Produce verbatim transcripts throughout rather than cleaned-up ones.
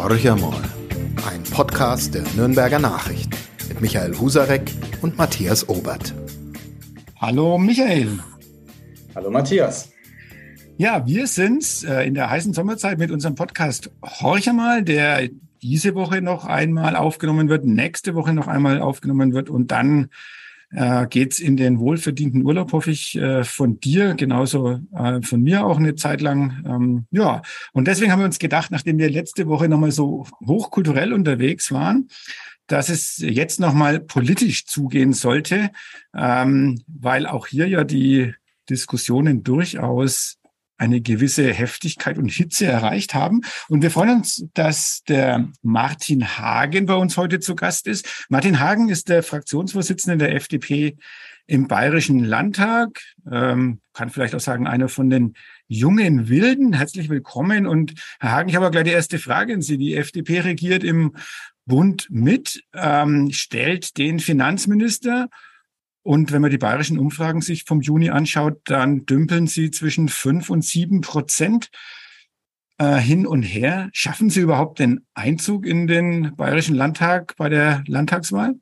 Horch einmal, ein Podcast der Nürnberger Nachrichten mit Michael Husarek und Matthias Obert. Hallo Michael. Hallo Matthias. Ja, wir sind äh, in der heißen Sommerzeit mit unserem Podcast Horch einmal, der diese Woche noch einmal aufgenommen wird, nächste Woche noch einmal aufgenommen wird und dann äh, geht's in den wohlverdienten Urlaub, hoffe ich, äh, von dir, genauso äh, von mir auch eine Zeit lang. Ähm, ja, und deswegen haben wir uns gedacht, nachdem wir letzte Woche nochmal so hochkulturell unterwegs waren, dass es jetzt nochmal politisch zugehen sollte, ähm, weil auch hier ja die Diskussionen durchaus eine gewisse Heftigkeit und Hitze erreicht haben. Und wir freuen uns, dass der Martin Hagen bei uns heute zu Gast ist. Martin Hagen ist der Fraktionsvorsitzende der F D P im Bayerischen Landtag. Ähm, kann vielleicht auch sagen, einer von den jungen Wilden. Herzlich willkommen. Und Herr Hagen, ich habe gleich die erste Frage an Sie. Die F D P regiert im Bund mit, ähm, stellt den Finanzminister. Und wenn man die bayerischen Umfragen sich vom Juni anschaut, dann dümpeln sie zwischen fünf und sieben Prozent äh, hin und her. Schaffen Sie überhaupt den Einzug in den Bayerischen Landtag bei der Landtagswahl?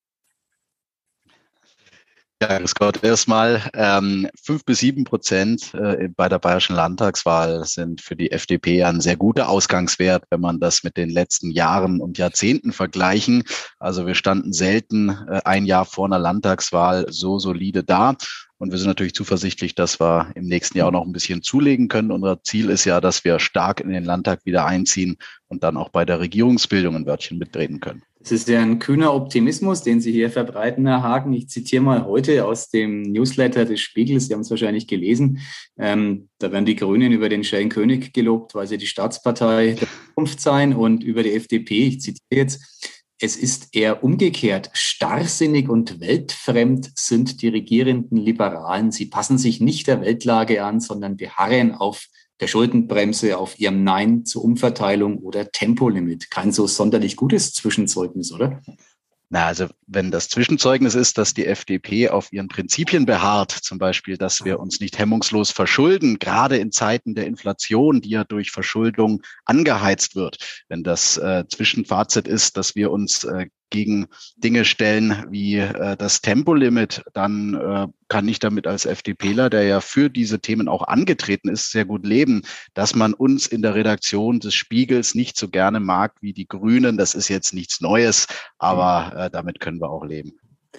Ja, grüß Gott. Erstmal ähm, fünf bis sieben Prozent äh, bei der Bayerischen Landtagswahl sind für die F D P ein sehr guter Ausgangswert, wenn man das mit den letzten Jahren und Jahrzehnten vergleichen. Also wir standen selten äh, ein Jahr vor einer Landtagswahl so solide da. Und wir sind natürlich zuversichtlich, dass wir im nächsten Jahr auch noch ein bisschen zulegen können. Unser Ziel ist ja, dass wir stark in den Landtag wieder einziehen und dann auch bei der Regierungsbildung ein Wörtchen mitreden können. Es ist ja ein kühner Optimismus, den Sie hier verbreiten, Herr Hagen. Ich zitiere mal heute aus dem Newsletter des Spiegels, Sie haben es wahrscheinlich gelesen. Ähm, da werden die Grünen über den Schellen König gelobt, weil sie die Staatspartei der Zukunft seien, und über die F D P, ich zitiere jetzt, es ist eher umgekehrt. Starrsinnig und weltfremd sind die regierenden Liberalen. Sie passen sich nicht der Weltlage an, sondern beharren auf der Schuldenbremse, auf ihrem Nein zur Umverteilung oder Tempolimit. Kein so sonderlich gutes Zwischenzeugnis, oder? Na, also wenn das Zwischenzeugnis ist, dass die F D P auf ihren Prinzipien beharrt, zum Beispiel, dass wir uns nicht hemmungslos verschulden, gerade in Zeiten der Inflation, die ja durch Verschuldung angeheizt wird. Wenn das äh, Zwischenfazit ist, dass wir uns äh, gegen Dinge stellen wie äh, das Tempolimit, dann äh, kann ich damit als FDPler, der ja für diese Themen auch angetreten ist, sehr gut leben. Dass man uns in der Redaktion des Spiegels nicht so gerne mag wie die Grünen, das ist jetzt nichts Neues, aber äh, damit können wir auch leben.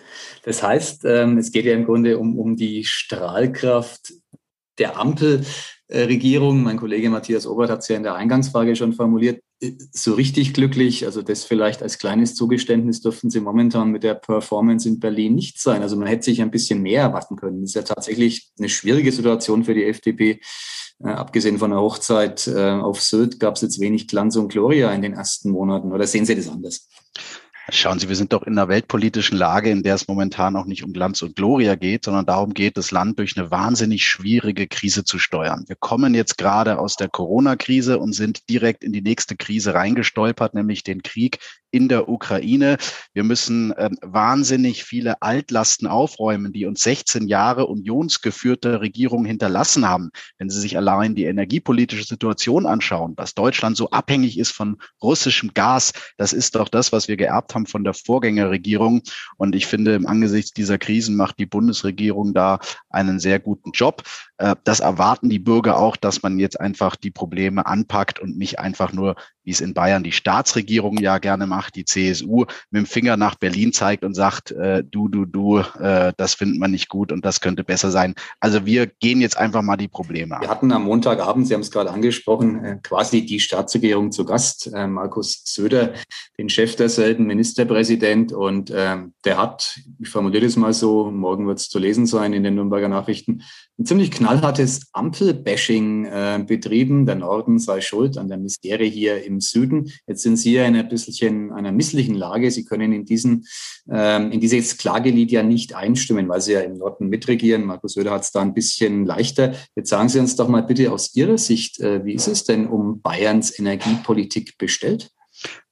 Das heißt, ähm, es geht ja im Grunde um, um die Strahlkraft der Ampelregierung. Mein Kollege Matthias Obert hat es ja in der Eingangsfrage schon formuliert. So richtig glücklich, also das vielleicht als kleines Zugeständnis, dürften Sie momentan mit der Performance in Berlin nicht sein. Also man hätte sich ein bisschen mehr erwarten können. Das ist ja tatsächlich eine schwierige Situation für die F D P. Äh, abgesehen von der Hochzeit äh, auf Sylt gab es jetzt wenig Glanz und Gloria in den ersten Monaten. Oder sehen Sie das anders? Schauen Sie, wir sind doch in einer weltpolitischen Lage, in der es momentan auch nicht um Glanz und Gloria geht, sondern darum geht, das Land durch eine wahnsinnig schwierige Krise zu steuern. Wir kommen jetzt gerade aus der Corona-Krise und sind direkt in die nächste Krise reingestolpert, nämlich den Krieg in der Ukraine. Wir müssen äh, wahnsinnig viele Altlasten aufräumen, die uns sechzehn Jahre unionsgeführte Regierungen hinterlassen haben. Wenn Sie sich allein die energiepolitische Situation anschauen, dass Deutschland so abhängig ist von russischem Gas, das ist doch das, was wir geerbt haben von der Vorgängerregierung. Und ich finde, im Angesicht dieser Krisen macht die Bundesregierung da einen sehr guten Job. Äh, das erwarten die Bürger auch, dass man jetzt einfach die Probleme anpackt und nicht einfach nur, wie es in Bayern die Staatsregierung ja gerne macht, die C S U mit dem Finger nach Berlin zeigt und sagt, äh, du, du, du, äh, das findet man nicht gut und das könnte besser sein. Also wir gehen jetzt einfach mal die Probleme an. Wir hatten am Montagabend, Sie haben es gerade angesprochen, äh, quasi die Staatsregierung zu Gast, äh, Markus Söder, den Chef der selben Ministerpräsident, und äh, der hat, ich formuliere das mal so, morgen wird es zu lesen sein in den Nürnberger Nachrichten, ein ziemlich knallhartes Ampelbashing äh, betrieben. Der Norden sei schuld an der Misere hier im Süden. Jetzt sind Sie ja in ein bisschen einer misslichen Lage. Sie können in diesen ähm, in dieses Klagelied ja nicht einstimmen, weil Sie ja im Norden mitregieren. Markus Söder hat es da ein bisschen leichter. Jetzt sagen Sie uns doch mal bitte aus Ihrer Sicht, äh, wie ist es denn um Bayerns Energiepolitik bestellt?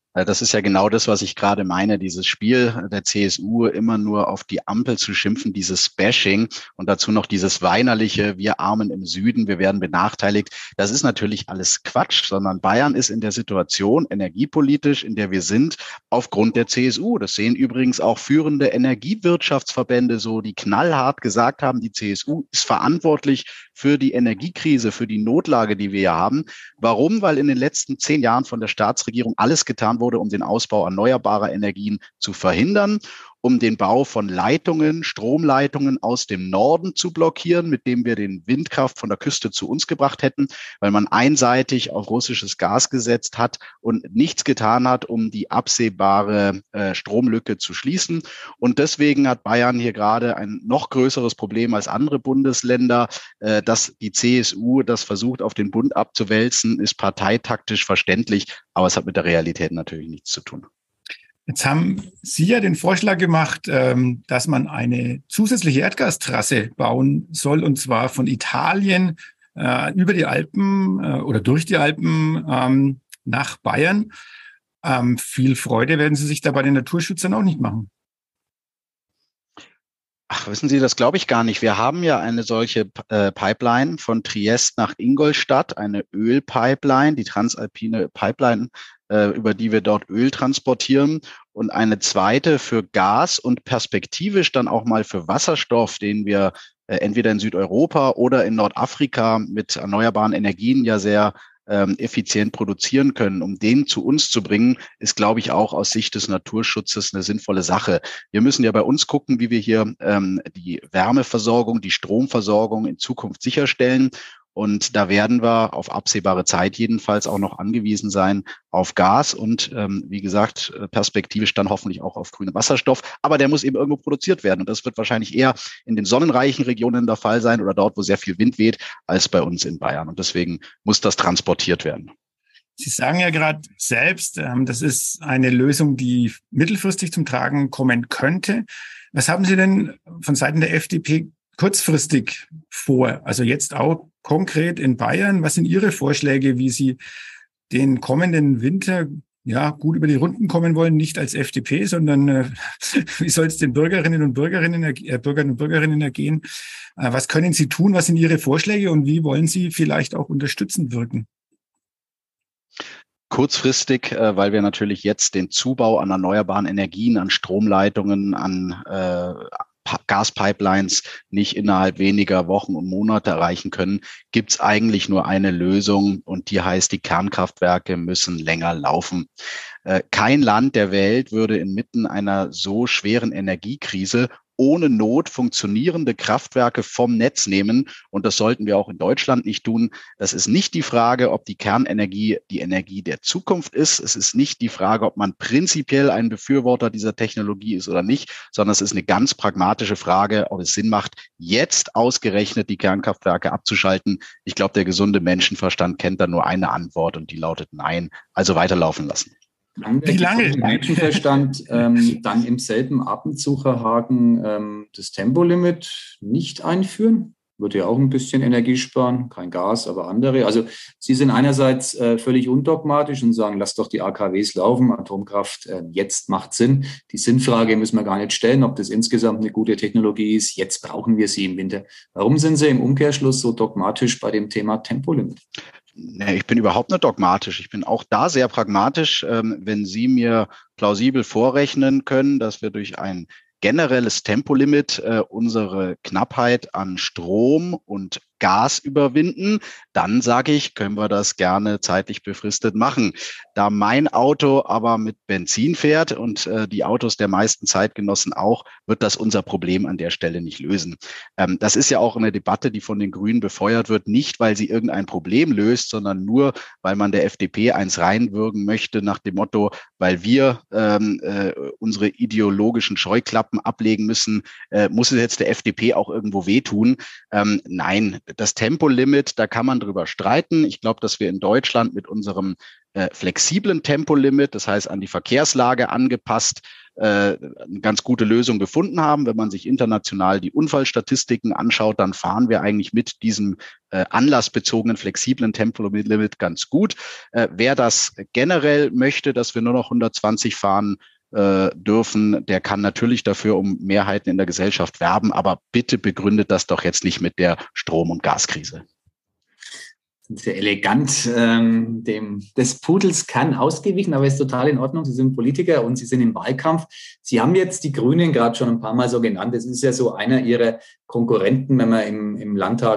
Das ist ja genau das, was ich gerade meine, dieses Spiel der C S U, immer nur auf die Ampel zu schimpfen, dieses Bashing und dazu noch dieses weinerliche, wir Armen im Süden, wir werden benachteiligt. Das ist natürlich alles Quatsch, sondern Bayern ist in der Situation energiepolitisch, in der wir sind, aufgrund der C S U. Das sehen übrigens auch führende Energiewirtschaftsverbände so, die knallhart gesagt haben, die C S U ist verantwortlich für die Energiekrise, für die Notlage, die wir hier haben. Warum? Weil in den letzten zehn Jahren von der Staatsregierung alles getan wurde, um den Ausbau erneuerbarer Energien zu verhindern, um den Bau von Leitungen, Stromleitungen aus dem Norden zu blockieren, mit dem wir den Windkraft von der Küste zu uns gebracht hätten, weil man einseitig auf russisches Gas gesetzt hat und nichts getan hat, um die absehbare äh, Stromlücke zu schließen. Und deswegen hat Bayern hier gerade ein noch größeres Problem als andere Bundesländer, äh, dass die C S U das versucht, auf den Bund abzuwälzen, ist parteitaktisch verständlich, aber es hat mit der Realität natürlich nichts zu tun. Jetzt haben Sie ja den Vorschlag gemacht, dass man eine zusätzliche Erdgastrasse bauen soll, und zwar von Italien über die Alpen oder durch die Alpen nach Bayern. Viel Freude werden Sie sich da bei den Naturschützern auch nicht machen. Ach, wissen Sie, das glaube ich gar nicht. Wir haben ja eine solche äh, Pipeline von Triest nach Ingolstadt, eine Ölpipeline, die transalpine Pipeline, äh, über die wir dort Öl transportieren, und eine zweite für Gas und perspektivisch dann auch mal für Wasserstoff, den wir äh, entweder in Südeuropa oder in Nordafrika mit erneuerbaren Energien ja sehr ähm, effizient produzieren können. Um den zu uns zu bringen, ist, glaube ich, auch aus Sicht des Naturschutzes eine sinnvolle Sache. Wir müssen ja bei uns gucken, wie wir hier ähm, die Wärmeversorgung, die Stromversorgung in Zukunft sicherstellen. Und da werden wir auf absehbare Zeit jedenfalls auch noch angewiesen sein auf Gas und, ähm, wie gesagt, perspektivisch dann hoffentlich auch auf grünen Wasserstoff. Aber der muss eben irgendwo produziert werden. Und das wird wahrscheinlich eher in den sonnenreichen Regionen der Fall sein oder dort, wo sehr viel Wind weht, als bei uns in Bayern. Und deswegen muss das transportiert werden. Sie sagen ja gerade selbst, ähm, das ist eine Lösung, die mittelfristig zum Tragen kommen könnte. Was haben Sie denn von Seiten der F D P kurzfristig vor? Also jetzt auch konkret in Bayern. Was sind Ihre Vorschläge, wie Sie den kommenden Winter ja gut über die Runden kommen wollen? Nicht als F D P, sondern äh, wie soll es den Bürgerinnen und Bürgerinnen, äh, Bürgern und Bürgerinnen ergehen? Äh, was können Sie tun? Was sind Ihre Vorschläge und wie wollen Sie vielleicht auch unterstützend wirken? Kurzfristig, äh, weil wir natürlich jetzt den Zubau an erneuerbaren Energien, an Stromleitungen, an äh, Gaspipelines nicht innerhalb weniger Wochen und Monate erreichen können, gibt es eigentlich nur eine Lösung, und die heißt, die Kernkraftwerke müssen länger laufen. Äh, kein Land der Welt würde inmitten einer so schweren Energiekrise ohne Not funktionierende Kraftwerke vom Netz nehmen. Und das sollten wir auch in Deutschland nicht tun. Das ist nicht die Frage, ob die Kernenergie die Energie der Zukunft ist. Es ist nicht die Frage, ob man prinzipiell ein Befürworter dieser Technologie ist oder nicht, sondern es ist eine ganz pragmatische Frage, ob es Sinn macht, jetzt ausgerechnet die Kernkraftwerke abzuschalten. Ich glaube, der gesunde Menschenverstand kennt da nur eine Antwort, und die lautet nein. Also weiterlaufen lassen. Wie lange? Menschenverstand ähm, dann im selben Atemzug, Herr Hagen, ähm, das Tempolimit nicht einführen? Würde ja auch ein bisschen Energie sparen, kein Gas, aber andere. Also Sie sind einerseits äh, völlig undogmatisch und sagen, lass doch die A K Ws laufen, Atomkraft äh, jetzt macht Sinn. Die Sinnfrage müssen wir gar nicht stellen, ob das insgesamt eine gute Technologie ist. Jetzt brauchen wir sie im Winter. Warum sind Sie im Umkehrschluss so dogmatisch bei dem Thema Tempolimit? Nee, ich bin überhaupt nicht dogmatisch. Ich bin auch da sehr pragmatisch. Ähm, wenn Sie mir plausibel vorrechnen können, dass wir durch ein generelles Tempolimit äh, unsere Knappheit an Strom und Gas überwinden, dann sage ich, können wir das gerne zeitlich befristet machen. Da mein Auto aber mit Benzin fährt und äh, die Autos der meisten Zeitgenossen auch, wird das unser Problem an der Stelle nicht lösen. Ähm, das ist ja auch eine Debatte, die von den Grünen befeuert wird, nicht weil sie irgendein Problem löst, sondern nur, weil man der F D P eins reinwürgen möchte nach dem Motto, weil wir ähm, äh, unsere ideologischen Scheuklappen ablegen müssen, äh, muss es jetzt der F D P auch irgendwo wehtun. Ähm, nein, das Tempolimit, da kann man drüber streiten. Ich glaube, dass wir in Deutschland mit unserem äh, flexiblen Tempolimit, das heißt an die Verkehrslage angepasst, äh, eine ganz gute Lösung gefunden haben. Wenn man sich international die Unfallstatistiken anschaut, dann fahren wir eigentlich mit diesem äh, anlassbezogenen, flexiblen Tempolimit ganz gut. Äh, wer das generell möchte, dass wir nur noch hundertzwanzig fahren äh, dürfen, der kann natürlich dafür um Mehrheiten in der Gesellschaft werben, aber bitte begründet das doch jetzt nicht mit der Strom- und Gaskrise. Sehr elegant ähm, dem des Pudels Kern ausgewichen, aber ist total in Ordnung. Sie sind Politiker und Sie sind im Wahlkampf. Sie haben jetzt die Grünen gerade schon ein paar Mal so genannt. Das ist ja so einer Ihrer Konkurrenten, wenn man im, im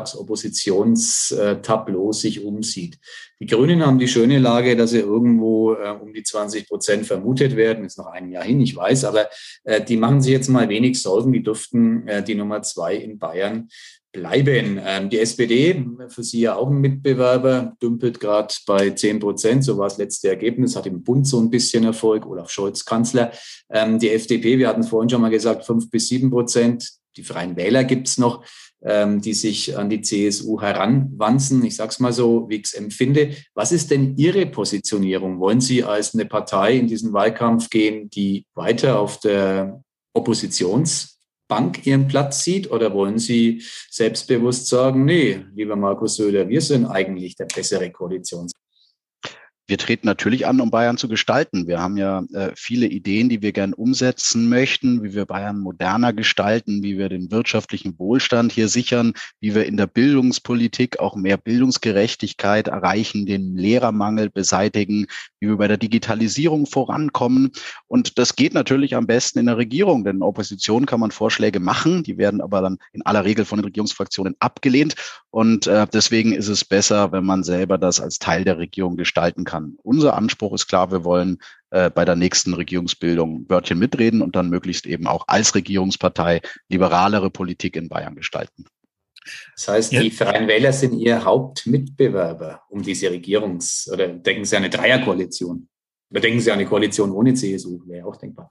Landtagsoppositionstableau sich umsieht. Die Grünen haben die schöne Lage, dass sie irgendwo äh, um die zwanzig Prozent vermutet werden. Ist noch ein Jahr hin, ich weiß, aber äh, die machen sich jetzt mal wenig Sorgen. Die dürften äh, die Nummer zwei in Bayern bleiben. Ähm, die S P D, für Sie ja auch ein Mitbewerber, dümpelt gerade bei zehn Prozent. So war das letzte Ergebnis, hat im Bund so ein bisschen Erfolg. Olaf Scholz Kanzler. Ähm, die F D P, wir hatten vorhin schon mal gesagt, fünf bis sieben Prozent. Die Freien Wähler gibt es noch, ähm, die sich an die C S U heranwanzen. Ich sage es mal so, wie ich es empfinde. Was ist denn Ihre Positionierung? Wollen Sie als eine Partei in diesen Wahlkampf gehen, die weiter auf der Oppositionsbank ihren Platz sieht, oder wollen Sie selbstbewusst sagen, nee, lieber Markus Söder, wir sind eigentlich der bessere Koalitions? Wir treten natürlich an, um Bayern zu gestalten. Wir haben ja äh, viele Ideen, die wir gern umsetzen möchten, wie wir Bayern moderner gestalten, wie wir den wirtschaftlichen Wohlstand hier sichern, wie wir in der Bildungspolitik auch mehr Bildungsgerechtigkeit erreichen, den Lehrermangel beseitigen, wie wir bei der Digitalisierung vorankommen. Und das geht natürlich am besten in der Regierung, denn in der Opposition kann man Vorschläge machen, die werden aber dann in aller Regel von den Regierungsfraktionen abgelehnt. Und äh, deswegen ist es besser, wenn man selber das als Teil der Regierung gestalten kann. Unser Anspruch ist klar, wir wollen äh, bei der nächsten Regierungsbildung ein Wörtchen mitreden und dann möglichst eben auch als Regierungspartei liberalere Politik in Bayern gestalten. Das heißt, die Freien Wähler sind Ihr Hauptmitbewerber um diese Regierungs- oder denken Sie an eine Dreierkoalition? Oder denken Sie an eine Koalition ohne C S U? Wäre auch denkbar.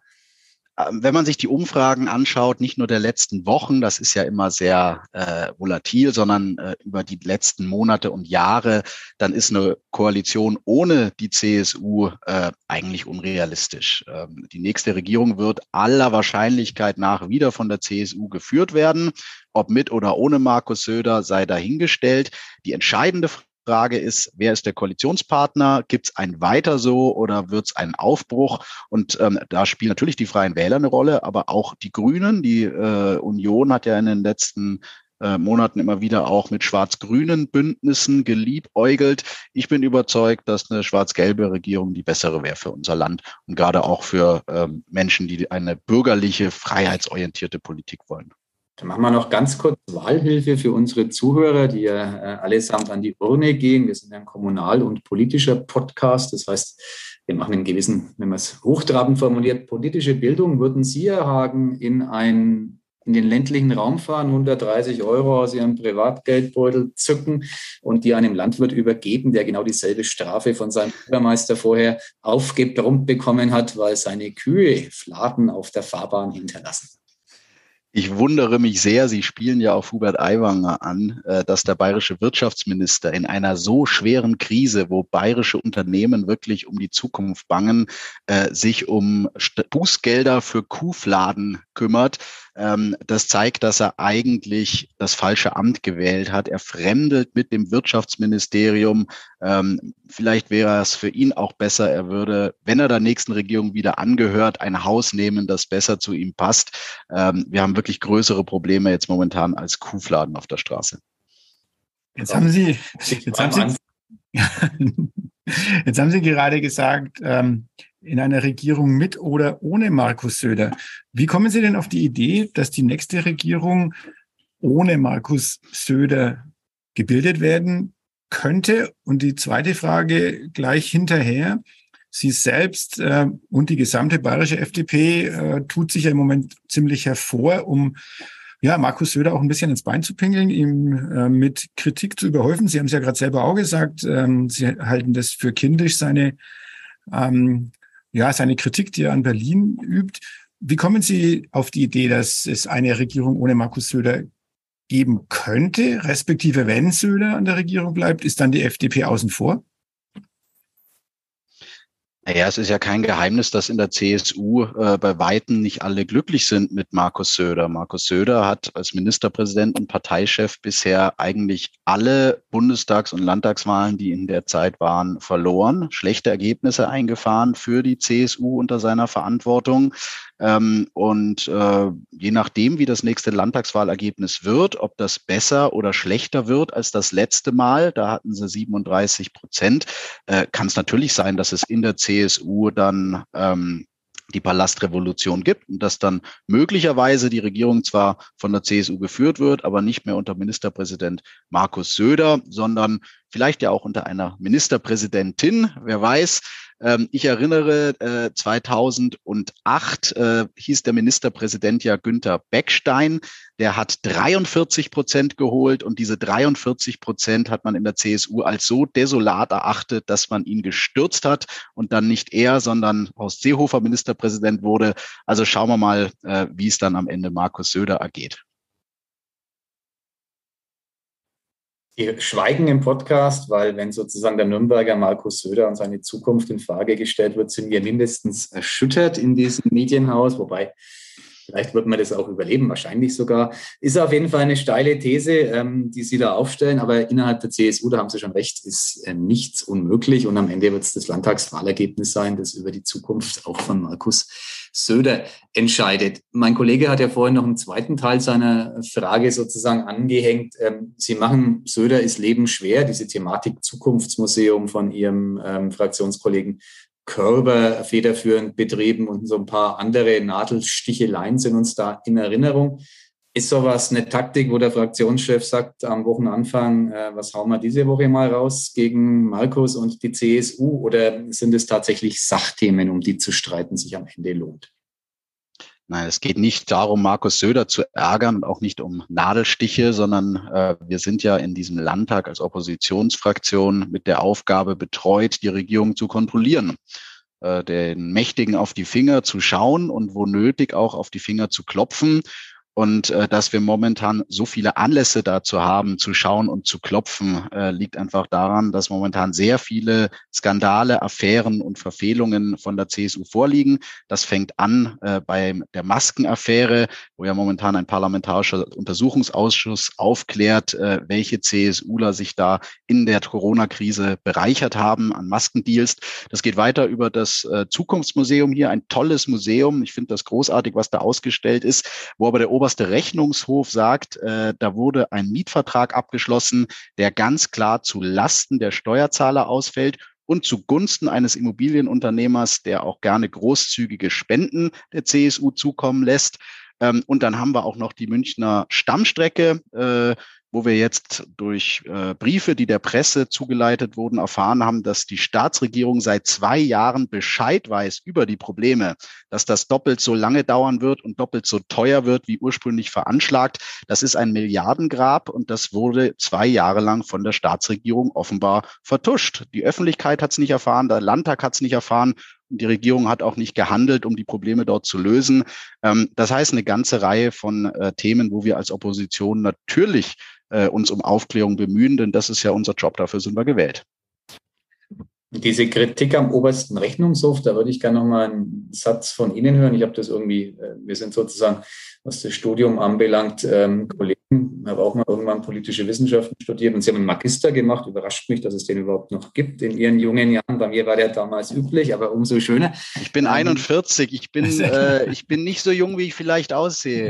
Wenn man sich die Umfragen anschaut, nicht nur der letzten Wochen, das ist ja immer sehr äh, volatil, sondern äh, über die letzten Monate und Jahre, dann ist eine Koalition ohne die C S U äh, eigentlich unrealistisch. Ähm, die nächste Regierung wird aller Wahrscheinlichkeit nach wieder von der C S U geführt werden. Ob mit oder ohne Markus Söder sei dahingestellt. Die entscheidende Frage Frage ist, wer ist der Koalitionspartner? Gibt es ein Weiter so oder wird es einen Aufbruch? Und ähm, da spielen natürlich die Freien Wähler eine Rolle, aber auch die Grünen. Die äh, Union hat ja in den letzten äh, Monaten immer wieder auch mit schwarz-grünen Bündnissen geliebäugelt. Ich bin überzeugt, dass eine schwarz-gelbe Regierung die bessere wäre für unser Land und gerade auch für ähm, Menschen, die eine bürgerliche, freiheitsorientierte Politik wollen. Dann machen wir noch ganz kurz Wahlhilfe für unsere Zuhörer, die ja äh, allesamt an die Urne gehen. Wir sind ein kommunal- und politischer Podcast. Das heißt, wir machen einen gewissen, wenn man es hochtrabend formuliert, politische Bildung. Würden Sie, Herr Hagen, in, ein, in den ländlichen Raum fahren, hundertdreißig Euro aus Ihrem Privatgeldbeutel zücken und die einem Landwirt übergeben, der genau dieselbe Strafe von seinem Bürgermeister vorher aufgebrummt bekommen hat, weil seine Kühe Fladen auf der Fahrbahn hinterlassen? Ich wundere mich sehr, Sie spielen ja auf Hubert Aiwanger an, dass der bayerische Wirtschaftsminister in einer so schweren Krise, wo bayerische Unternehmen wirklich um die Zukunft bangen, sich um Bußgelder für Kuhfladen kümmert. Das zeigt, dass er eigentlich das falsche Amt gewählt hat. Er fremdelt mit dem Wirtschaftsministerium. Vielleicht wäre es für ihn auch besser, er würde, wenn er der nächsten Regierung wieder angehört, ein Haus nehmen, das besser zu ihm passt. Wir haben wirklich größere Probleme jetzt momentan als Kuhfladen auf der Straße. Jetzt haben Sie, jetzt haben Sie, jetzt haben Sie gerade gesagt, ähm, in einer Regierung mit oder ohne Markus Söder. Wie kommen Sie denn auf die Idee, dass die nächste Regierung ohne Markus Söder gebildet werden könnte? Und die zweite Frage gleich hinterher. Sie selbst äh, und die gesamte bayerische F D P äh, tut sich ja im Moment ziemlich hervor, um ja Markus Söder auch ein bisschen ins Bein zu pinkeln, ihm äh, mit Kritik zu überhäufen. Sie haben es ja gerade selber auch gesagt, ähm, Sie halten das für kindisch, seine ähm, ja seine Kritik, die er an Berlin übt. Wie kommen Sie auf die Idee, dass es eine Regierung ohne Markus Söder geben könnte, respektive wenn Söder an der Regierung bleibt, ist dann die F D P außen vor? Naja, es ist ja kein Geheimnis, dass in der C S U äh, bei Weitem nicht alle glücklich sind mit Markus Söder. Markus Söder hat als Ministerpräsident und Parteichef bisher eigentlich alle Bundestags- und Landtagswahlen, die in der Zeit waren, verloren, schlechte Ergebnisse eingefahren für die C S U unter seiner Verantwortung. Ähm, und äh, je nachdem, wie das nächste Landtagswahlergebnis wird, ob das besser oder schlechter wird als das letzte Mal, da hatten sie siebenunddreißig Prozent, äh, kann es natürlich sein, dass es in der C S U dann ähm, die Palastrevolution gibt und dass dann möglicherweise die Regierung zwar von der C S U geführt wird, aber nicht mehr unter Ministerpräsident Markus Söder, sondern vielleicht ja auch unter einer Ministerpräsidentin, wer weiß. Ähm, ich erinnere, äh, zweitausendacht äh, hieß der Ministerpräsident ja Günther Beckstein. Der hat dreiundvierzig Prozent geholt und diese dreiundvierzig Prozent hat man in der C S U als so desolat erachtet, dass man ihn gestürzt hat und dann nicht er, sondern Horst Seehofer Ministerpräsident wurde. Also schauen wir mal, äh, wie es dann am Ende Markus Söder ergeht. Wir schweigen im Podcast, weil wenn sozusagen der Nürnberger Markus Söder und seine Zukunft in Frage gestellt wird, sind wir mindestens erschüttert in diesem Medienhaus, wobei vielleicht wird man das auch überleben, wahrscheinlich sogar. Ist auf jeden Fall eine steile These, ähm, die Sie da aufstellen, aber innerhalb der C S U, da haben Sie schon recht, ist äh, nichts unmöglich und am Ende wird es das Landtagswahlergebnis sein, das über die Zukunft auch von Markus Söder entscheidet. Mein Kollege hat ja vorhin noch einen zweiten Teil seiner Frage sozusagen angehängt. Ähm, Sie machen Söder ist Leben schwer, diese Thematik Zukunftsmuseum von Ihrem ähm, Fraktionskollegen Körber federführend betrieben und so ein paar andere Nadelsticheleien sind uns da in Erinnerung. Ist sowas eine Taktik, wo der Fraktionschef sagt am Wochenanfang, äh, was hauen wir diese Woche mal raus gegen Markus und die C S U? Oder sind es tatsächlich Sachthemen, um die zu streiten, sich am Ende lohnt? Nein, es geht nicht darum, Markus Söder zu ärgern und auch nicht um Nadelstiche, sondern äh, wir sind ja in diesem Landtag als Oppositionsfraktion mit der Aufgabe betreut, die Regierung zu kontrollieren, äh, den Mächtigen auf die Finger zu schauen und wo nötig auch auf die Finger zu klopfen. Und äh, dass wir momentan so viele Anlässe dazu haben, zu schauen und zu klopfen, äh, liegt einfach daran, dass momentan sehr viele Skandale, Affären und Verfehlungen von der C S U vorliegen. Das fängt an äh, bei der Maskenaffäre, wo ja momentan ein parlamentarischer Untersuchungsausschuss aufklärt, äh, welche CSUler sich da in der Corona-Krise bereichert haben an Maskendeals. Das geht weiter über das äh, Zukunftsmuseum hier, ein tolles Museum. Ich finde das großartig, was da ausgestellt ist, wo aber der oberste Rechnungshof sagt, äh, da wurde ein Mietvertrag abgeschlossen, der ganz klar zu Lasten der Steuerzahler ausfällt und zugunsten eines Immobilienunternehmers, der auch gerne großzügige Spenden der C S U zukommen lässt. Ähm, und dann haben wir auch noch die Münchner Stammstrecke, äh, wo wir jetzt durch äh, Briefe, die der Presse zugeleitet wurden, erfahren haben, dass die Staatsregierung seit zwei Jahren Bescheid weiß über die Probleme, dass das doppelt so lange dauern wird und doppelt so teuer wird, wie ursprünglich veranschlagt. Das ist ein Milliardengrab und das wurde zwei Jahre lang von der Staatsregierung offenbar vertuscht. Die Öffentlichkeit hat es nicht erfahren, der Landtag hat es nicht erfahren. Und die Regierung hat auch nicht gehandelt, um die Probleme dort zu lösen. Ähm, das heißt, eine ganze Reihe von äh, Themen, wo wir als Opposition natürlich äh, uns um Aufklärung bemühen, denn das ist ja unser Job, dafür sind wir gewählt. Diese Kritik am obersten Rechnungshof, da würde ich gerne noch mal einen Satz von Ihnen hören. Ich habe das irgendwie, wir sind sozusagen, was das Studium anbelangt, ähm, Kollegen, habe auch mal irgendwann politische Wissenschaften studiert und Sie haben einen Magister gemacht. Überrascht mich, dass es den überhaupt noch gibt in Ihren jungen Jahren. Bei mir war der damals üblich, aber umso schöner. Ich bin einundvierzig, ich bin, äh, ich bin nicht so jung, wie ich vielleicht aussehe.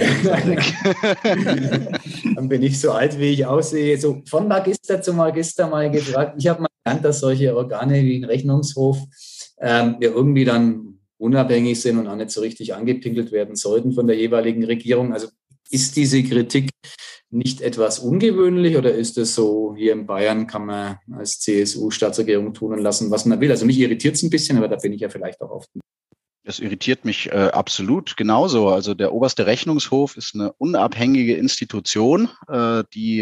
Dann bin ich so alt, wie ich aussehe. So von Magister zu Magister mal gefragt. Ich habe mal gelernt, dass solche Organe wie ein Rechnungshof ähm, ja irgendwie dann unabhängig sind und auch nicht so richtig angepinkelt werden sollten von der jeweiligen Regierung. Also ist diese Kritik nicht etwas ungewöhnlich oder ist es so, hier in Bayern kann man als C S U-Staatsregierung tun und lassen, was man will? Also mich irritiert es ein bisschen, aber da bin ich ja vielleicht auch oft. Das irritiert mich äh, absolut genauso. Also der oberste Rechnungshof ist eine unabhängige Institution, äh, die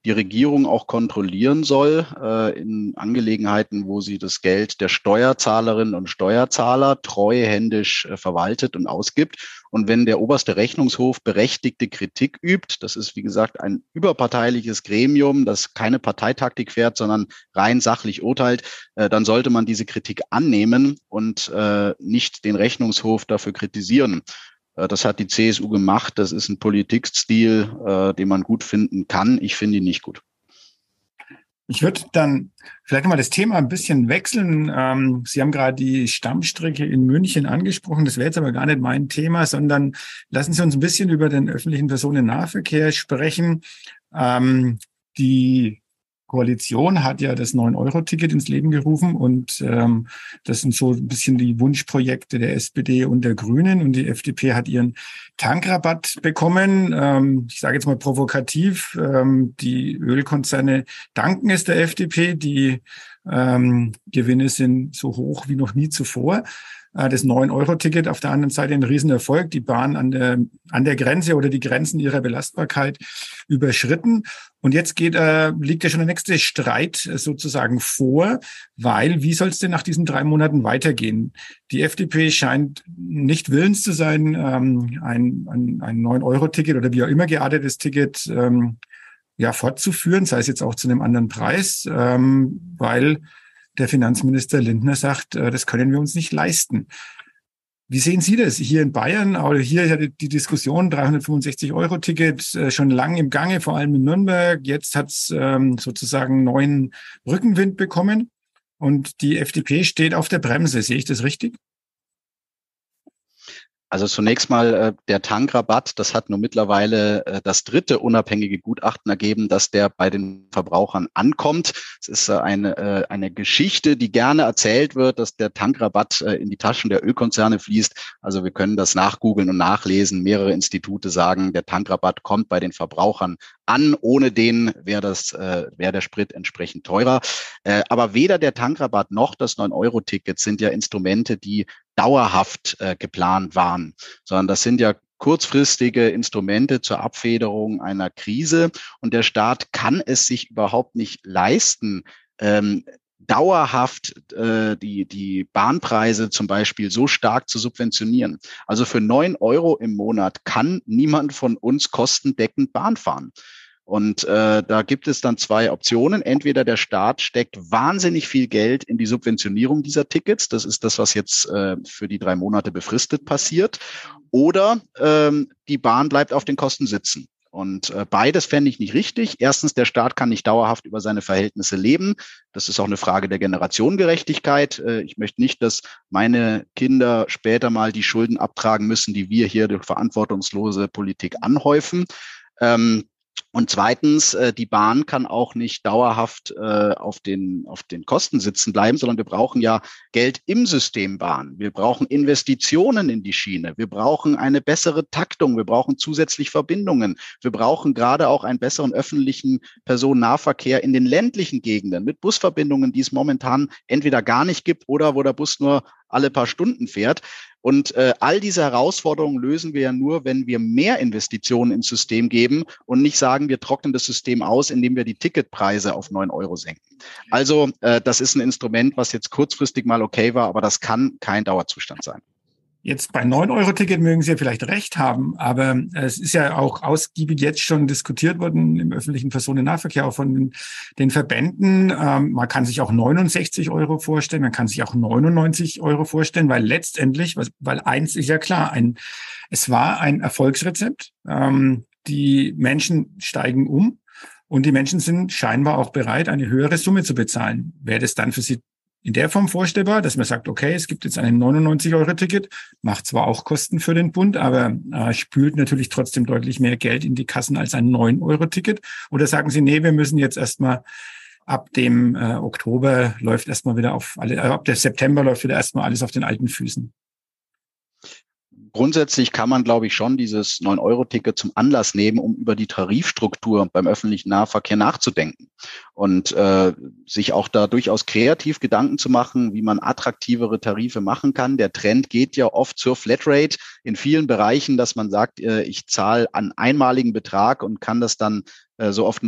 die Regierung auch kontrollieren soll äh, in Angelegenheiten, wo sie das Geld der Steuerzahlerinnen und Steuerzahler treuhändisch äh, verwaltet und ausgibt. Und wenn der oberste Rechnungshof berechtigte Kritik übt, das ist, wie gesagt, ein überparteiliches Gremium, das keine Parteitaktik fährt, sondern rein sachlich urteilt, äh, dann sollte man diese Kritik annehmen und äh, nicht den Rechnungshof dafür kritisieren. Das hat die C S U gemacht. Das ist ein Politikstil, äh, den man gut finden kann. Ich finde ihn nicht gut. Ich würde dann vielleicht mal das Thema ein bisschen wechseln. Ähm, Sie haben gerade die Stammstrecke in München angesprochen. Das wäre jetzt aber gar nicht mein Thema, sondern lassen Sie uns ein bisschen über den öffentlichen Personennahverkehr sprechen. Ähm, die Koalition hat ja das neun Euro Ticket ins Leben gerufen und ähm, das sind so ein bisschen die Wunschprojekte der S P D und der Grünen und die F D P hat ihren Tankrabatt bekommen. Ähm, ich sage jetzt mal provokativ, ähm, die Ölkonzerne danken es der F D P, die ähm, Gewinne sind so hoch wie noch nie zuvor. Das neun Euro Ticket auf der anderen Seite ein Riesenerfolg. Die Bahn an der, an der Grenze oder die Grenzen ihrer Belastbarkeit überschritten. Und jetzt geht, äh, liegt ja schon der nächste Streit sozusagen vor, weil wie soll es denn nach diesen drei Monaten weitergehen? Die F D P scheint nicht willens zu sein, ähm, ein, ein, ein neun Euro Ticket oder wie auch immer geartetes Ticket ähm, ja fortzuführen, sei es jetzt auch zu einem anderen Preis, ähm, weil der Finanzminister Lindner sagt, das können wir uns nicht leisten. Wie sehen Sie das hier in Bayern? Oder hier ist die Diskussion dreihundertfünfundsechzig Euro Ticket schon lange im Gange, vor allem in Nürnberg. Jetzt hat es ähm, sozusagen neuen Rückenwind bekommen und die F D P steht auf der Bremse. Sehe ich das richtig? Also zunächst mal äh, der Tankrabatt, das hat nur mittlerweile äh, das dritte unabhängige Gutachten ergeben, dass der bei den Verbrauchern ankommt. Es ist äh, eine, äh, eine Geschichte, die gerne erzählt wird, dass der Tankrabatt äh, in die Taschen der Ölkonzerne fließt. Also wir können das nachgoogeln und nachlesen. Mehrere Institute sagen, der Tankrabatt kommt bei den Verbrauchern an. Ohne den wäre das, äh, wäre der Sprit entsprechend teurer. Äh, aber weder der Tankrabatt noch das neun Euro Ticket sind ja Instrumente, die dauerhaft äh, geplant waren, sondern das sind ja kurzfristige Instrumente zur Abfederung einer Krise. Und der Staat kann es sich überhaupt nicht leisten, ähm, dauerhaft äh, die, die Bahnpreise zum Beispiel so stark zu subventionieren. Also für neun Euro im Monat kann niemand von uns kostendeckend Bahn fahren. Und äh, da gibt es dann zwei Optionen. Entweder der Staat steckt wahnsinnig viel Geld in die Subventionierung dieser Tickets. Das ist das, was jetzt äh, für die drei Monate befristet passiert. Oder ähm, die Bahn bleibt auf den Kosten sitzen. Und äh, beides fände ich nicht richtig. Erstens, der Staat kann nicht dauerhaft über seine Verhältnisse leben. Das ist auch eine Frage der Generationengerechtigkeit. Äh, ich möchte nicht, dass meine Kinder später mal die Schulden abtragen müssen, die wir hier durch verantwortungslose Politik anhäufen. Ähm, Und zweitens, die Bahn kann auch nicht dauerhaft auf den, auf den Kosten sitzen bleiben, sondern wir brauchen ja Geld im System Bahn. Wir brauchen Investitionen in die Schiene. Wir brauchen eine bessere Taktung. Wir brauchen zusätzlich Verbindungen. Wir brauchen gerade auch einen besseren öffentlichen Personennahverkehr in den ländlichen Gegenden mit Busverbindungen, die es momentan entweder gar nicht gibt oder wo der Bus nur alle paar Stunden fährt. Und äh, all diese Herausforderungen lösen wir ja nur, wenn wir mehr Investitionen ins System geben und nicht sagen, wir trocknen das System aus, indem wir die Ticketpreise auf neun Euro senken. Also äh, das ist ein Instrument, was jetzt kurzfristig mal okay war, aber das kann kein Dauerzustand sein. Jetzt bei neun Euro Ticket mögen Sie ja vielleicht recht haben, aber es ist ja auch ausgiebig jetzt schon diskutiert worden im öffentlichen Personennahverkehr, auch von den, den Verbänden. Ähm, man kann sich auch neunundsechzig Euro vorstellen, man kann sich auch neunundneunzig Euro vorstellen, weil letztendlich, weil eins ist ja klar, ein, es war ein Erfolgsrezept. Ähm, die Menschen steigen um und die Menschen sind scheinbar auch bereit, eine höhere Summe zu bezahlen. Wäre das dann für Sie in der Form vorstellbar, dass man sagt, okay, es gibt jetzt ein neunundneunzig Euro Ticket, macht zwar auch Kosten für den Bund, aber äh, spült natürlich trotzdem deutlich mehr Geld in die Kassen als ein neun Euro Ticket? Oder sagen Sie, nee, wir müssen jetzt erstmal ab dem äh, Oktober läuft erstmal wieder auf alle, äh, ab dem September läuft wieder erstmal alles auf den alten Füßen? Grundsätzlich kann man, glaube ich, schon dieses neun Euro Ticket zum Anlass nehmen, um über die Tarifstruktur beim öffentlichen Nahverkehr nachzudenken und äh, sich auch da durchaus kreativ Gedanken zu machen, wie man attraktivere Tarife machen kann. Der Trend geht ja oft zur Flatrate in vielen Bereichen, dass man sagt, äh, ich zahle einen einmaligen Betrag und kann das dann äh, so oft nutzen,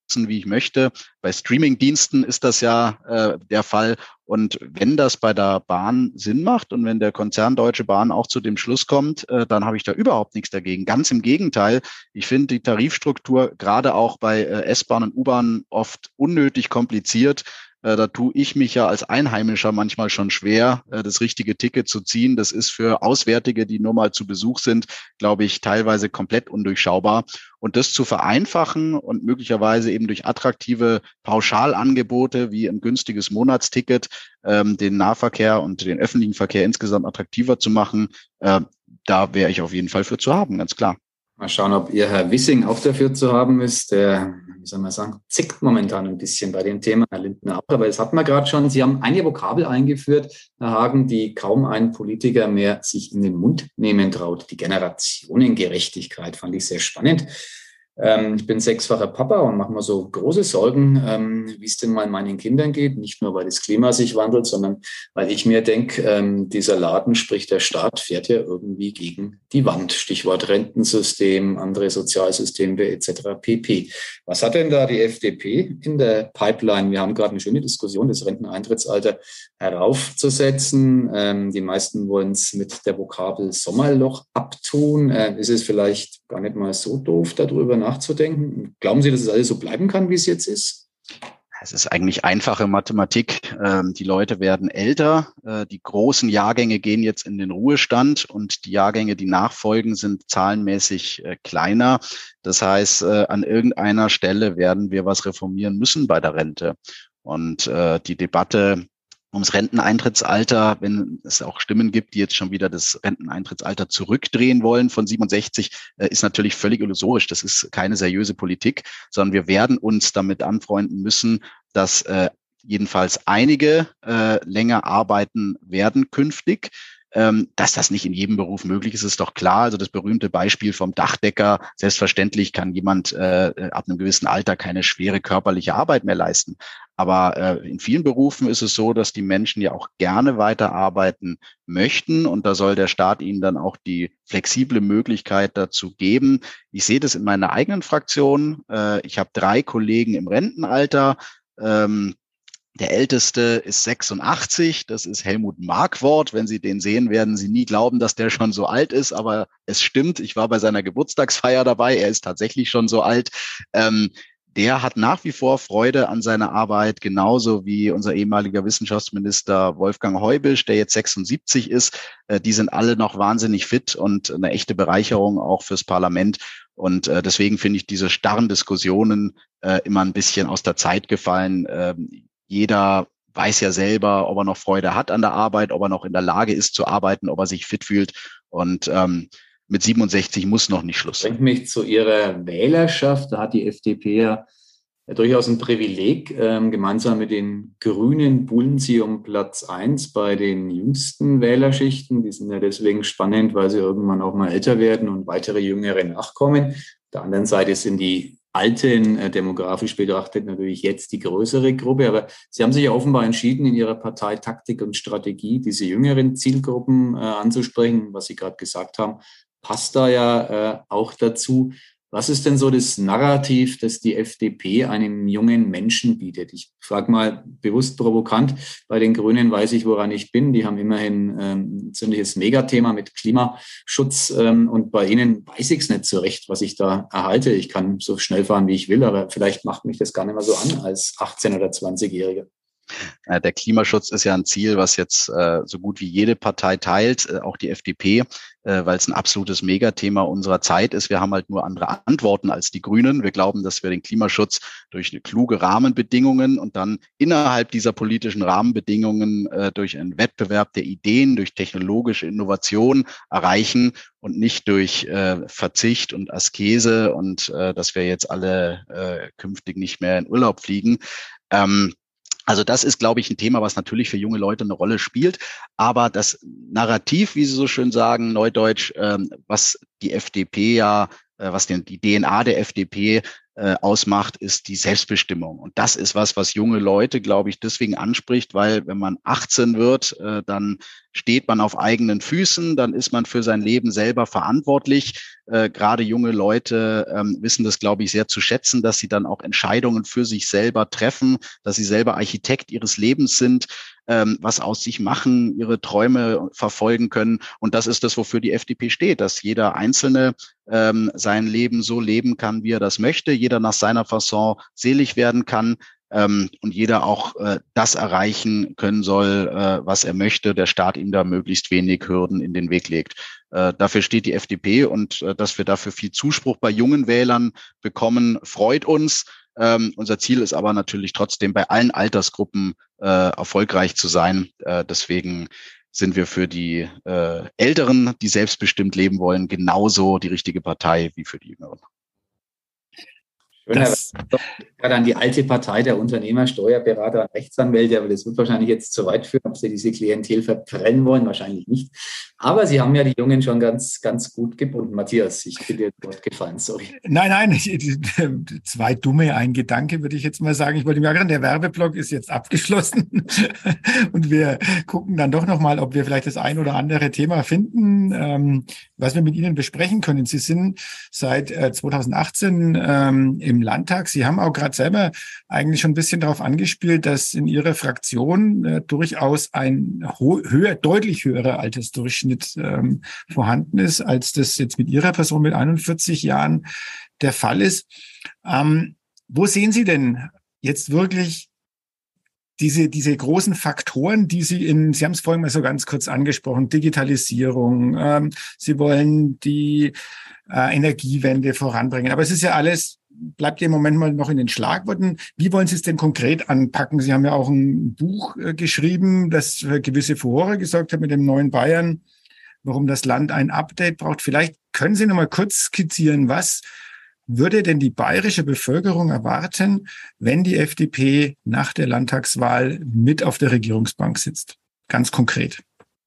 wie ich möchte. Bei Streaming-Diensten ist das ja äh, der Fall. Und wenn das bei der Bahn Sinn macht und wenn der Konzern Deutsche Bahn auch zu dem Schluss kommt, äh, dann habe ich da überhaupt nichts dagegen. Ganz im Gegenteil. Ich finde die Tarifstruktur gerade auch bei äh, S-Bahn und U-Bahn oft unnötig kompliziert. Äh, da tue ich mich ja als Einheimischer manchmal schon schwer, äh, das richtige Ticket zu ziehen. Das ist für Auswärtige, die nur mal zu Besuch sind, glaube ich, teilweise komplett undurchschaubar. Und das zu vereinfachen und möglicherweise eben durch attraktive Pauschalangebote wie ein günstiges Monatsticket ähm, den Nahverkehr und den öffentlichen Verkehr insgesamt attraktiver zu machen, äh, da wäre ich auf jeden Fall für zu haben, ganz klar. Mal schauen, ob Ihr Herr Wissing auch dafür zu haben ist. Der, wie soll man sagen, zickt momentan ein bisschen bei dem Thema, Herr Lindner auch. Aber das hatten wir gerade schon. Sie haben eine Vokabel eingeführt, Herr Hagen, die kaum ein Politiker mehr sich in den Mund nehmen traut. Die Generationengerechtigkeit fand ich sehr spannend. Ähm, ich bin sechsfacher Papa und mache mir so große Sorgen, ähm, wie es denn mal meinen Kindern geht. Nicht nur, weil das Klima sich wandelt, sondern weil ich mir denke, ähm, dieser Laden, sprich der Staat, fährt ja irgendwie gegen die Wand. Stichwort Rentensystem, andere Sozialsysteme et cetera pp. Was hat denn da die F D P in der Pipeline? Wir haben gerade eine schöne Diskussion, das Renteneintrittsalter heraufzusetzen. Ähm, die meisten wollen es mit der Vokabel Sommerloch abtun. Äh, ist es vielleicht gar nicht mal so doof, darüber nachzudenken? Glauben Sie, dass es alles so bleiben kann, wie es jetzt ist? Es ist eigentlich einfache Mathematik. Ähm, die Leute werden älter. Äh, die großen Jahrgänge gehen jetzt in den Ruhestand und die Jahrgänge, die nachfolgen, sind zahlenmäßig äh, kleiner. Das heißt, äh, an irgendeiner Stelle werden wir was reformieren müssen bei der Rente. Und äh, die Debatte ums Renteneintrittsalter, wenn es auch Stimmen gibt, die jetzt schon wieder das Renteneintrittsalter zurückdrehen wollen von siebenundsechzig, ist natürlich völlig illusorisch. Das ist keine seriöse Politik, sondern wir werden uns damit anfreunden müssen, dass äh, jedenfalls einige äh, länger arbeiten werden künftig. Ähm, dass das nicht in jedem Beruf möglich ist, ist doch klar. Also das berühmte Beispiel vom Dachdecker. Selbstverständlich kann jemand äh, ab einem gewissen Alter keine schwere körperliche Arbeit mehr leisten. Aber äh, in vielen Berufen ist es so, dass die Menschen ja auch gerne weiterarbeiten möchten. Und da soll der Staat ihnen dann auch die flexible Möglichkeit dazu geben. Ich sehe das in meiner eigenen Fraktion. Äh, ich habe drei Kollegen im Rentenalter. Ähm, Der älteste ist sechsundachtzig, das ist Helmut Markwort. Wenn Sie den sehen, werden Sie nie glauben, dass der schon so alt ist, aber es stimmt. Ich war bei seiner Geburtstagsfeier dabei, er ist tatsächlich schon so alt. Ähm, der hat nach wie vor Freude an seiner Arbeit, genauso wie unser ehemaliger Wissenschaftsminister Wolfgang Heubisch, der jetzt sechsundsiebzig ist. Äh, die sind alle noch wahnsinnig fit und eine echte Bereicherung auch fürs Parlament. Und äh, deswegen finde ich diese starren Diskussionen äh, immer ein bisschen aus der Zeit gefallen. Ähm, Jeder weiß ja selber, ob er noch Freude hat an der Arbeit, ob er noch in der Lage ist zu arbeiten, ob er sich fit fühlt. Und ähm, mit siebenundsechzig muss noch nicht Schluss sein. Bringt mich zu Ihrer Wählerschaft. Da hat die F D P ja, ja durchaus ein Privileg. Ähm, gemeinsam mit den Grünen buhlen sie um Platz eins bei den jüngsten Wählerschichten. Die sind ja deswegen spannend, weil sie irgendwann auch mal älter werden und weitere Jüngere nachkommen. Auf der anderen Seite sind die Alten, äh, demografisch betrachtet, natürlich jetzt die größere Gruppe. Aber Sie haben sich ja offenbar entschieden, in Ihrer Partei Taktik und Strategie diese jüngeren Zielgruppen äh, anzusprechen. Was Sie gerade gesagt haben, passt da ja äh, auch dazu. Was ist denn so das Narrativ, das die F D P einem jungen Menschen bietet? Ich frage mal bewusst provokant, bei den Grünen weiß ich, woran ich bin. Die haben immerhin ähm, ein ziemliches Megathema mit Klimaschutz ähm, und bei Ihnen weiß ich es nicht so recht, was ich da erhalte. Ich kann so schnell fahren, wie ich will, aber vielleicht macht mich das gar nicht mehr so an als achtzehn- oder zwanzigjähriger. Der Klimaschutz ist ja ein Ziel, was jetzt äh, so gut wie jede Partei teilt, äh, auch die F D P, äh, weil es ein absolutes Megathema unserer Zeit ist. Wir haben halt nur andere Antworten als die Grünen. Wir glauben, dass wir den Klimaschutz durch eine kluge Rahmenbedingungen und dann innerhalb dieser politischen Rahmenbedingungen äh, durch einen Wettbewerb der Ideen, durch technologische Innovation erreichen und nicht durch äh, Verzicht und Askese und äh, dass wir jetzt alle äh, künftig nicht mehr in Urlaub fliegen. Ähm, Also das ist, glaube ich, ein Thema, was natürlich für junge Leute eine Rolle spielt. Aber das Narrativ, wie Sie so schön sagen, Neudeutsch, ähm, was die F D P ja, äh, was den, die D N A der F D P äh, ausmacht, ist die Selbstbestimmung. Und das ist was, was junge Leute, glaube ich, deswegen anspricht, weil wenn man achtzehn wird, äh, dann steht man auf eigenen Füßen, dann ist man für sein Leben selber verantwortlich. Äh, gerade junge Leute ähm, wissen das, glaube ich, sehr zu schätzen, dass sie dann auch Entscheidungen für sich selber treffen, dass sie selber Architekt ihres Lebens sind, ähm, was aus sich machen, ihre Träume verfolgen können. Und das ist das, wofür die F D P steht, dass jeder Einzelne ähm, sein Leben so leben kann, wie er das möchte, jeder nach seiner Fasson selig werden kann. Ähm, und jeder auch äh, das erreichen können soll, äh, was er möchte, der Staat ihm da möglichst wenig Hürden in den Weg legt. Äh, dafür steht die F D P und äh, dass wir dafür viel Zuspruch bei jungen Wählern bekommen, freut uns. Ähm, unser Ziel ist aber natürlich trotzdem bei allen Altersgruppen äh, erfolgreich zu sein. Äh, deswegen sind wir für die äh, Älteren, die selbstbestimmt leben wollen, genauso die richtige Partei wie für die Jüngeren. Das gerade an die alte Partei der Unternehmer, Steuerberater und Rechtsanwälte, aber das wird wahrscheinlich jetzt zu weit führen, ob Sie diese Klientel verbrennen wollen, wahrscheinlich nicht. Aber Sie haben ja die Jungen schon ganz, ganz gut gebunden. Matthias, ich bin dir dort gefallen, sorry. Nein, nein, zwei dumme, ein Gedanke, würde ich jetzt mal sagen. Ich wollte mir sagen, der Werbeblock ist jetzt abgeschlossen und wir gucken dann doch nochmal, ob wir vielleicht das ein oder andere Thema finden, ähm, was wir mit Ihnen besprechen können. Sie sind seit äh, zweitausendachtzehn ähm, im Landtag. Sie haben auch gerade selber eigentlich schon ein bisschen darauf angespielt, dass in Ihrer Fraktion äh, durchaus ein ho- höher, deutlich höherer Altersdurchschnitt ähm, vorhanden ist, als das jetzt mit Ihrer Person mit einundvierzig Jahren der Fall ist. Ähm, wo sehen Sie denn jetzt wirklich diese, diese großen Faktoren, die Sie in, Sie haben es vorhin mal so ganz kurz angesprochen, Digitalisierung, ähm, Sie wollen die äh, Energiewende voranbringen, aber es ist ja alles, bleibt ja im Moment mal noch in den Schlagworten. Wie wollen Sie es denn konkret anpacken? Sie haben ja auch ein Buch äh, geschrieben, das für gewisse Furore gesorgt hat mit dem neuen Bayern, warum das Land ein Update braucht. Vielleicht können Sie noch mal kurz skizzieren, was würde denn die bayerische Bevölkerung erwarten, wenn die F D P nach der Landtagswahl mit auf der Regierungsbank sitzt? Ganz konkret.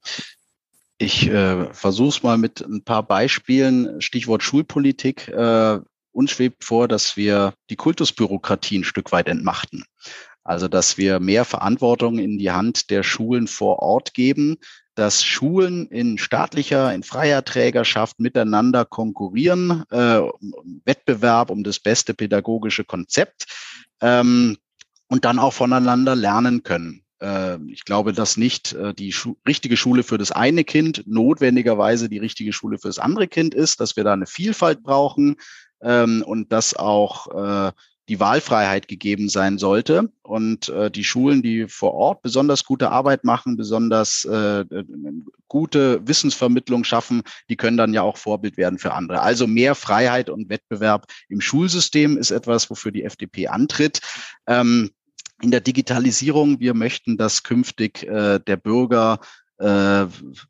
Ich äh, versuche es mal mit ein paar Beispielen. Stichwort Schulpolitik. Äh, uns schwebt vor, dass wir die Kultusbürokratie ein Stück weit entmachten. Also, dass wir mehr Verantwortung in die Hand der Schulen vor Ort geben, dass Schulen in staatlicher, in freier Trägerschaft miteinander konkurrieren, äh, Wettbewerb um das beste pädagogische Konzept ähm, und dann auch voneinander lernen können. Äh, ich glaube, dass nicht äh, die Schu- richtige Schule für das eine Kind notwendigerweise die richtige Schule für das andere Kind ist, dass wir da eine Vielfalt brauchen ähm, und dass auch äh, die Wahlfreiheit gegeben sein sollte und äh, die Schulen, die vor Ort besonders gute Arbeit machen, besonders äh, gute Wissensvermittlung schaffen, die können dann ja auch Vorbild werden für andere. Also mehr Freiheit und Wettbewerb im Schulsystem ist etwas, wofür die F D P antritt. Ähm, in der Digitalisierung, wir möchten, dass künftig äh, der Bürger äh,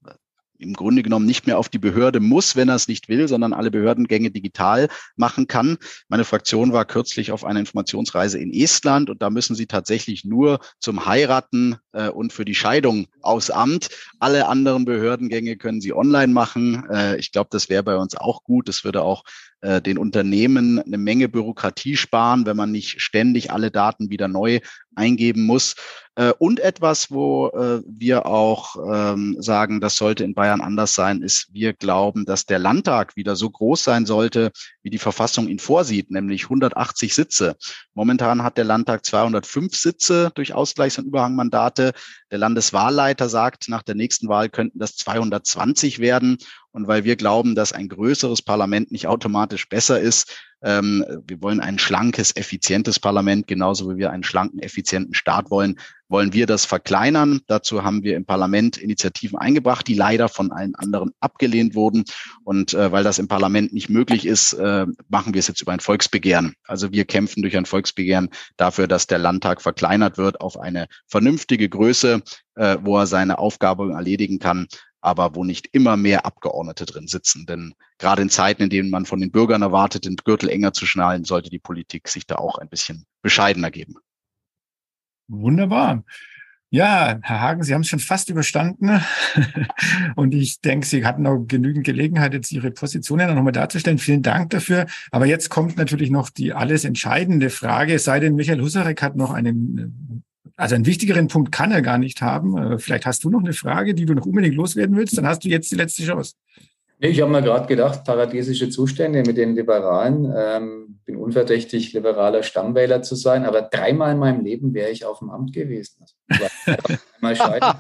im Grunde genommen nicht mehr auf die Behörde muss, wenn er es nicht will, sondern alle Behördengänge digital machen kann. Meine Fraktion war kürzlich auf einer Informationsreise in Estland und da müssen Sie tatsächlich nur zum Heiraten äh, und für die Scheidung aufs Amt. Alle anderen Behördengänge können Sie online machen. Äh, ich glaube, das wäre bei uns auch gut. Das würde auch äh, den Unternehmen eine Menge Bürokratie sparen, wenn man nicht ständig alle Daten wieder neu eingeben muss. Äh, und etwas, wo äh, wir auch ähm, sagen, das sollte in Bayern anders sein, ist, wir glauben, dass der Landtag wieder so groß sein sollte, wie die Verfassung ihn vorsieht, nämlich hundertachtzig Sitze. Momentan hat der Landtag zweihundertfünf Sitze durch Ausgleichs- und Überhangmandate. Der Landeswahlleiter sagt, nach der nächsten Wahl könnten das zweihundertzwanzig werden. Und weil wir glauben, dass ein größeres Parlament nicht automatisch besser ist, ähm, wir wollen ein schlankes, effizientes Parlament, genauso wie wir einen schlanken, effizienten Staat wollen, wollen wir das verkleinern. Dazu haben wir im Parlament Initiativen eingebracht, die leider von allen anderen abgelehnt wurden. Und äh, weil das im Parlament nicht möglich ist, äh, machen wir es jetzt über ein Volksbegehren. Also wir kämpfen durch ein Volksbegehren dafür, dass der Landtag verkleinert wird auf eine vernünftige Größe, äh, wo er seine Aufgabe erledigen kann, aber wo nicht immer mehr Abgeordnete drin sitzen. Denn gerade in Zeiten, in denen man von den Bürgern erwartet, den Gürtel enger zu schnallen, sollte die Politik sich da auch ein bisschen bescheidener geben. Wunderbar. Ja, Herr Hagen, Sie haben es schon fast überstanden. Und ich denke, Sie hatten auch genügend Gelegenheit, jetzt Ihre Positionen nochmal darzustellen. Vielen Dank dafür. Aber jetzt kommt natürlich noch die alles entscheidende Frage. Es sei denn, Michael Husarek hat noch einen, also einen wichtigeren Punkt kann er gar nicht haben. Vielleicht hast du noch eine Frage, die du noch unbedingt loswerden willst. Dann hast du jetzt die letzte Chance. Ich habe mir gerade gedacht, paradiesische Zustände mit den Liberalen. Ähm, bin unverdächtig, liberaler Stammwähler zu sein, aber dreimal in meinem Leben wäre ich auf dem Amt gewesen. Also, mal scheiden.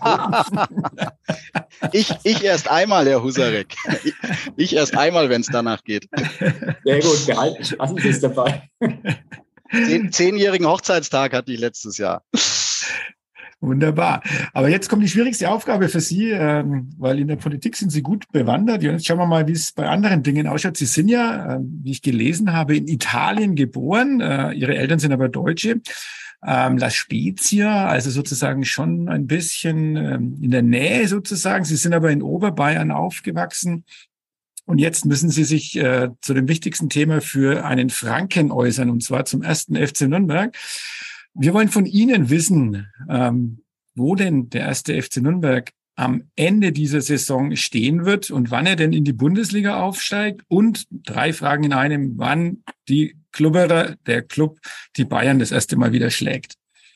ich, ich erst einmal, Herr Husarek. Ich, ich erst einmal, wenn es danach geht. Sehr gut, behalten, lassen Sie es dabei. Zehn, zehnjährigen Hochzeitstag hatte ich letztes Jahr. Wunderbar. Aber jetzt kommt die schwierigste Aufgabe für Sie, ähm, weil in der Politik sind Sie gut bewandert. Jetzt schauen wir mal, wie es bei anderen Dingen ausschaut. Sie sind ja, äh, wie ich gelesen habe, in Italien geboren. Äh, Ihre Eltern sind aber Deutsche. Ähm, La Spezia, also sozusagen schon ein bisschen ähm, in der Nähe sozusagen. Sie sind aber in Oberbayern aufgewachsen. Und jetzt müssen Sie sich äh, zu dem wichtigsten Thema für einen Franken äußern, und zwar zum ersten F C Nürnberg. Wir wollen von Ihnen wissen, ähm, wo denn der erste F C Nürnberg am Ende dieser Saison stehen wird und wann er denn in die Bundesliga aufsteigt. Und drei Fragen in einem, wann die Klubberer, der Club, die Bayern das erste Mal wieder schlägt.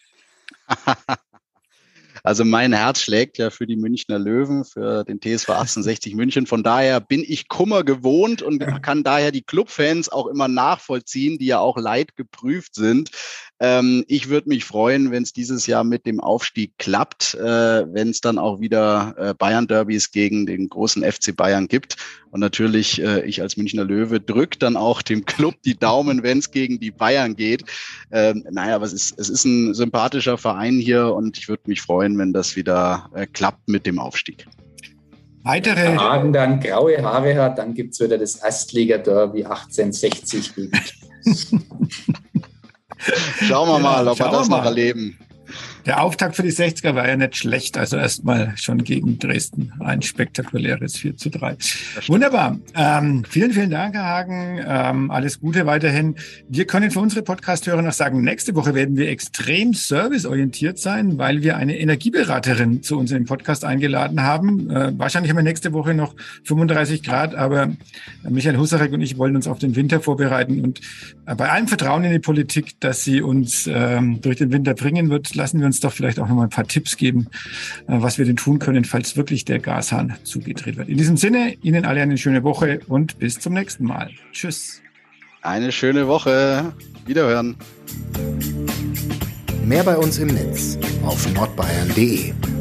Also mein Herz schlägt ja für die Münchner Löwen, für den T S V achtzehnhundertsechzig München. Von daher bin ich Kummer gewohnt und kann daher die Clubfans auch immer nachvollziehen, die ja auch leidgeprüft sind. Ähm, ich würde mich freuen, wenn es dieses Jahr mit dem Aufstieg klappt, äh, wenn es dann auch wieder äh, Bayern-Derbys gegen den großen F C Bayern gibt. Und natürlich, äh, ich als Münchner Löwe drücke dann auch dem Club die Daumen, wenn es gegen die Bayern geht. Ähm, naja, aber es ist, es ist ein sympathischer Verein hier und ich würde mich freuen, wenn das wieder äh, klappt mit dem Aufstieg. Weitere. Wenn Hagen dann graue Haare hat, dann gibt es wieder das Erstliga-Derby achtzehnhundertsechzig gegen. Schauen wir mal, ob wir das mal. noch erleben. Der Auftakt für die sechziger war ja nicht schlecht. Also erstmal schon gegen Dresden ein spektakuläres vier zu drei. Wunderbar. Ähm, vielen, vielen Dank, Herr Hagen. Ähm, alles Gute weiterhin. Wir können für unsere Podcast-Hörer noch sagen, nächste Woche werden wir extrem serviceorientiert sein, weil wir eine Energieberaterin zu uns im Podcast eingeladen haben. Äh, wahrscheinlich haben wir nächste Woche noch fünfunddreißig Grad, aber Michael Husarek und ich wollen uns auf den Winter vorbereiten. Und äh, bei allem Vertrauen in die Politik, dass sie uns ähm, durch den Winter bringen wird, lassen wir uns doch vielleicht auch noch mal ein paar Tipps geben, was wir denn tun können, falls wirklich der Gashahn zugedreht wird. In diesem Sinne, Ihnen alle eine schöne Woche und bis zum nächsten Mal. Tschüss. Eine schöne Woche. Wiederhören. Mehr bei uns im Netz auf nordbayern punkt de.